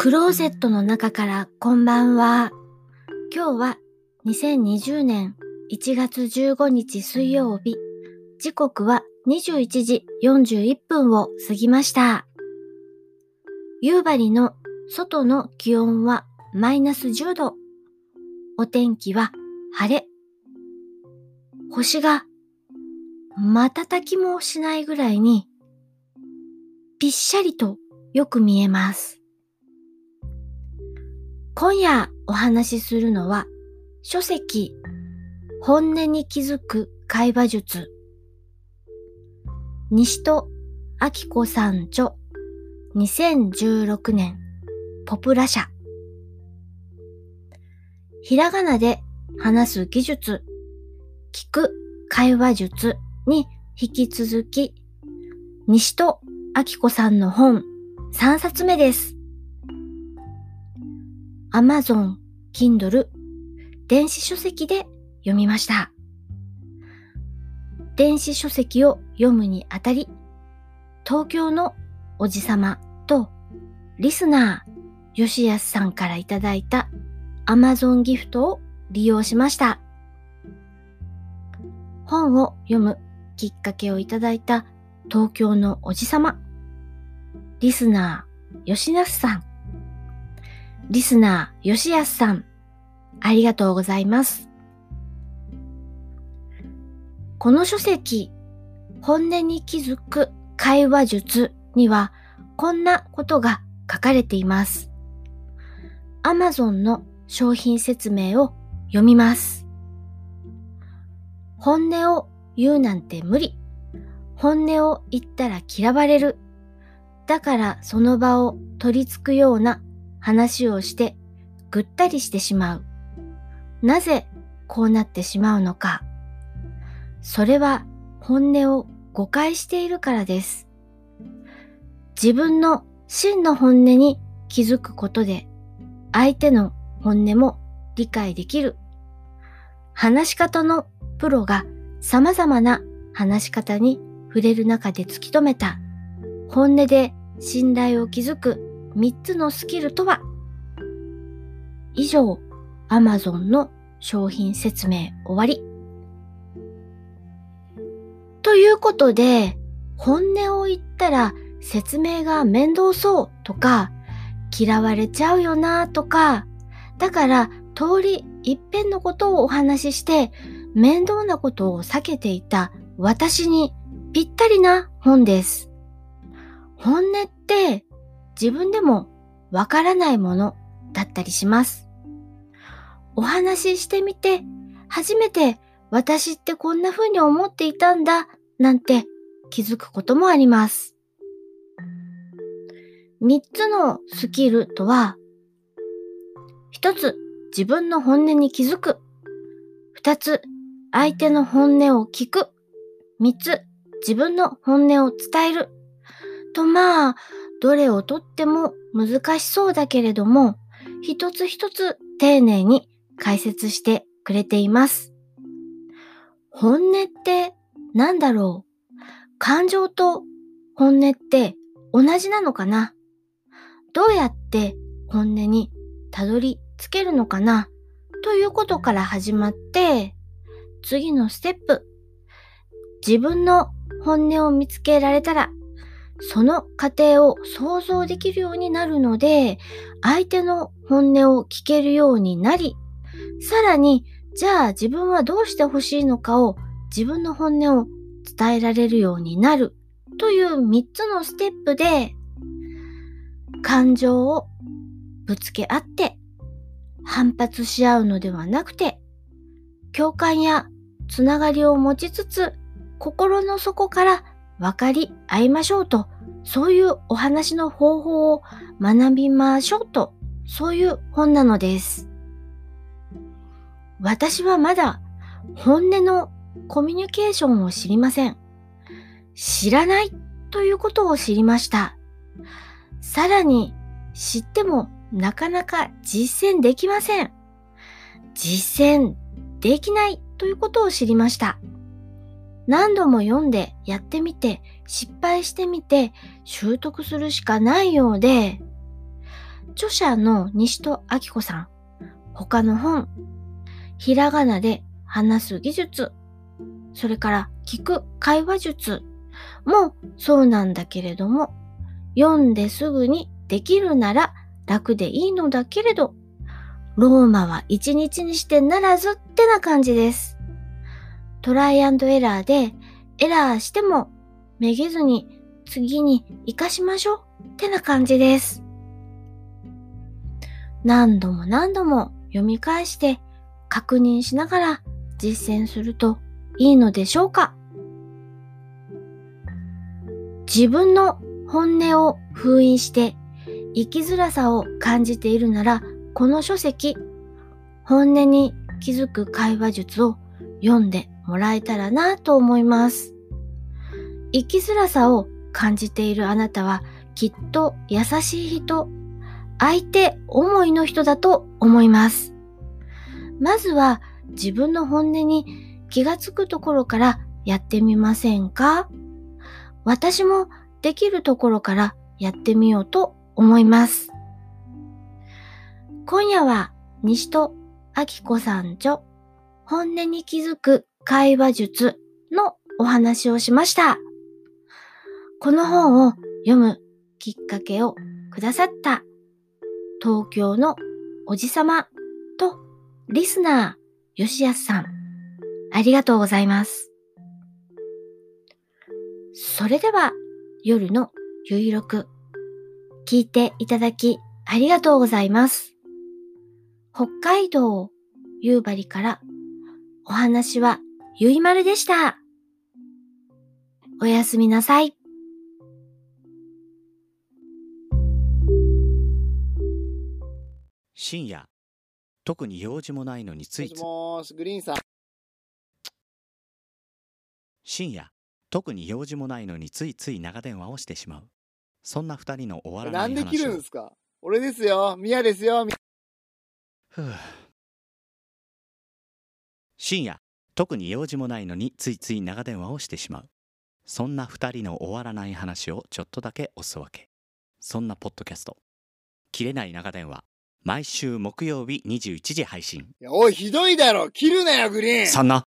クローゼットの中からこんばんは。今日は2020年1月15日水曜日。時刻は21時41分を過ぎました。夕張の外の気温はマイナス10度。お天気は晴れ。星が瞬きもしないぐらいにぴっしゃりとよく見えます。今夜お話しするのは書籍本音に気づく会話術、西戸明子さん著2016年ポプラ社。ひらがなで話す技術、聞く会話術に引き続き西戸明子さんの本3冊目です。Amazon Kindle 電子書籍で読みました。電子書籍を読むにあたり、東京のおじさまとリスナー吉安さんからいただいた Amazon ギフトを利用しました。本を読むきっかけをいただいた東京のおじさま、リスナー吉安さん、リスナー吉安さん、ありがとうございます。この書籍、本音に気づく会話術にはこんなことが書かれています。Amazon の商品説明を読みます。本音を言うなんて無理。本音を言ったら嫌われる。だからその場を取り付くような話をしてぐったりしてしまう。なぜこうなってしまうのか。それは本音を誤解しているからです。自分の真の本音に気づくことで相手の本音も理解できる。話し方のプロが様々な話し方に触れる中で突き止めた本音で信頼を築く3つのスキルとは。以上、Amazon の商品説明終わり。ということで、本音を言ったら説明が面倒そうとか、嫌われちゃうよなとか、だから通り一遍のことをお話しして面倒なことを避けていた私にぴったりな本です。本音って自分でもわからないものだったりします。お話ししてみて初めて私ってこんな風に思っていたんだなんて気づくこともあります。3つのスキルとは、1つ自分の本音に気づく、2つ相手の本音を聞く、3つ自分の本音を伝えると、どれをとっても難しそうだけれども、一つ一つ丁寧に解説してくれています。本音って何だろう？感情と本音って同じなのかな？どうやって本音にたどり着けるのかな？ということから始まって、次のステップ、自分の本音を見つけられたら、その過程を想像できるようになるので、相手の本音を聞けるようになり、さらに、じゃあ自分はどうしてほしいのかを自分の本音を伝えられるようになるという3つのステップで、感情をぶつけ合って反発し合うのではなくて、共感やつながりを持ちつつ、心の底から分かり合いましょうと、そういうお話の方法を学びましょうと、そういう本なのです。私はまだ本音のコミュニケーションを知りません。知らないということを知りました。さらに知ってもなかなか実践できません。実践できないということを知りました。何度も読んでやってみて失敗してみて習得するしかないようで、 著者の西戸明子さん、他の本、ひらがなで話す技術、それから聞く会話術もそうなんだけれども、読んですぐにできるなら楽でいいのだけれど、ローマは一日にしてならずってな感じです。トライアンドエラーでエラーしてもめげずに次に活かしましょうってな感じです。何度も何度も読み返して確認しながら実践するといいのでしょうか。自分の本音を封印して生きづらさを感じているなら、この書籍、本音に気づく会話術を読んでもらえたらなと思います。生きづらさを感じているあなたはきっと優しい人、相手思いの人だと思います。まずは自分の本音に気がつくところからやってみませんか？私もできるところからやってみようと思います。今夜は西戸明子さん著本音に気づく会話術のお話をしました。この本を読むきっかけをくださった東京のおじさまとリスナー吉安さん、ありがとうございます。それでは夜のゆいろく、聞いていただきありがとうございます。北海道夕張からお話はゆいまるでした。おやすみなさい。 深夜、特に用事もないのについついグリーンさん。 深夜、特に用事もないのについつい長電話をしてしまう。そんな二人の終わらない話を。 なんで切るんですか？俺ですよ、ミヤですよ。 ふう。深夜、特に用事もないのについつい長電話をしてしまう。そんな二人の終わらない話をちょっとだけおすわけ。そんなポッドキャスト、切れない長電話、毎週木曜日21時配信。 おい、ひどいだろ、切るなよグリーン。 そんな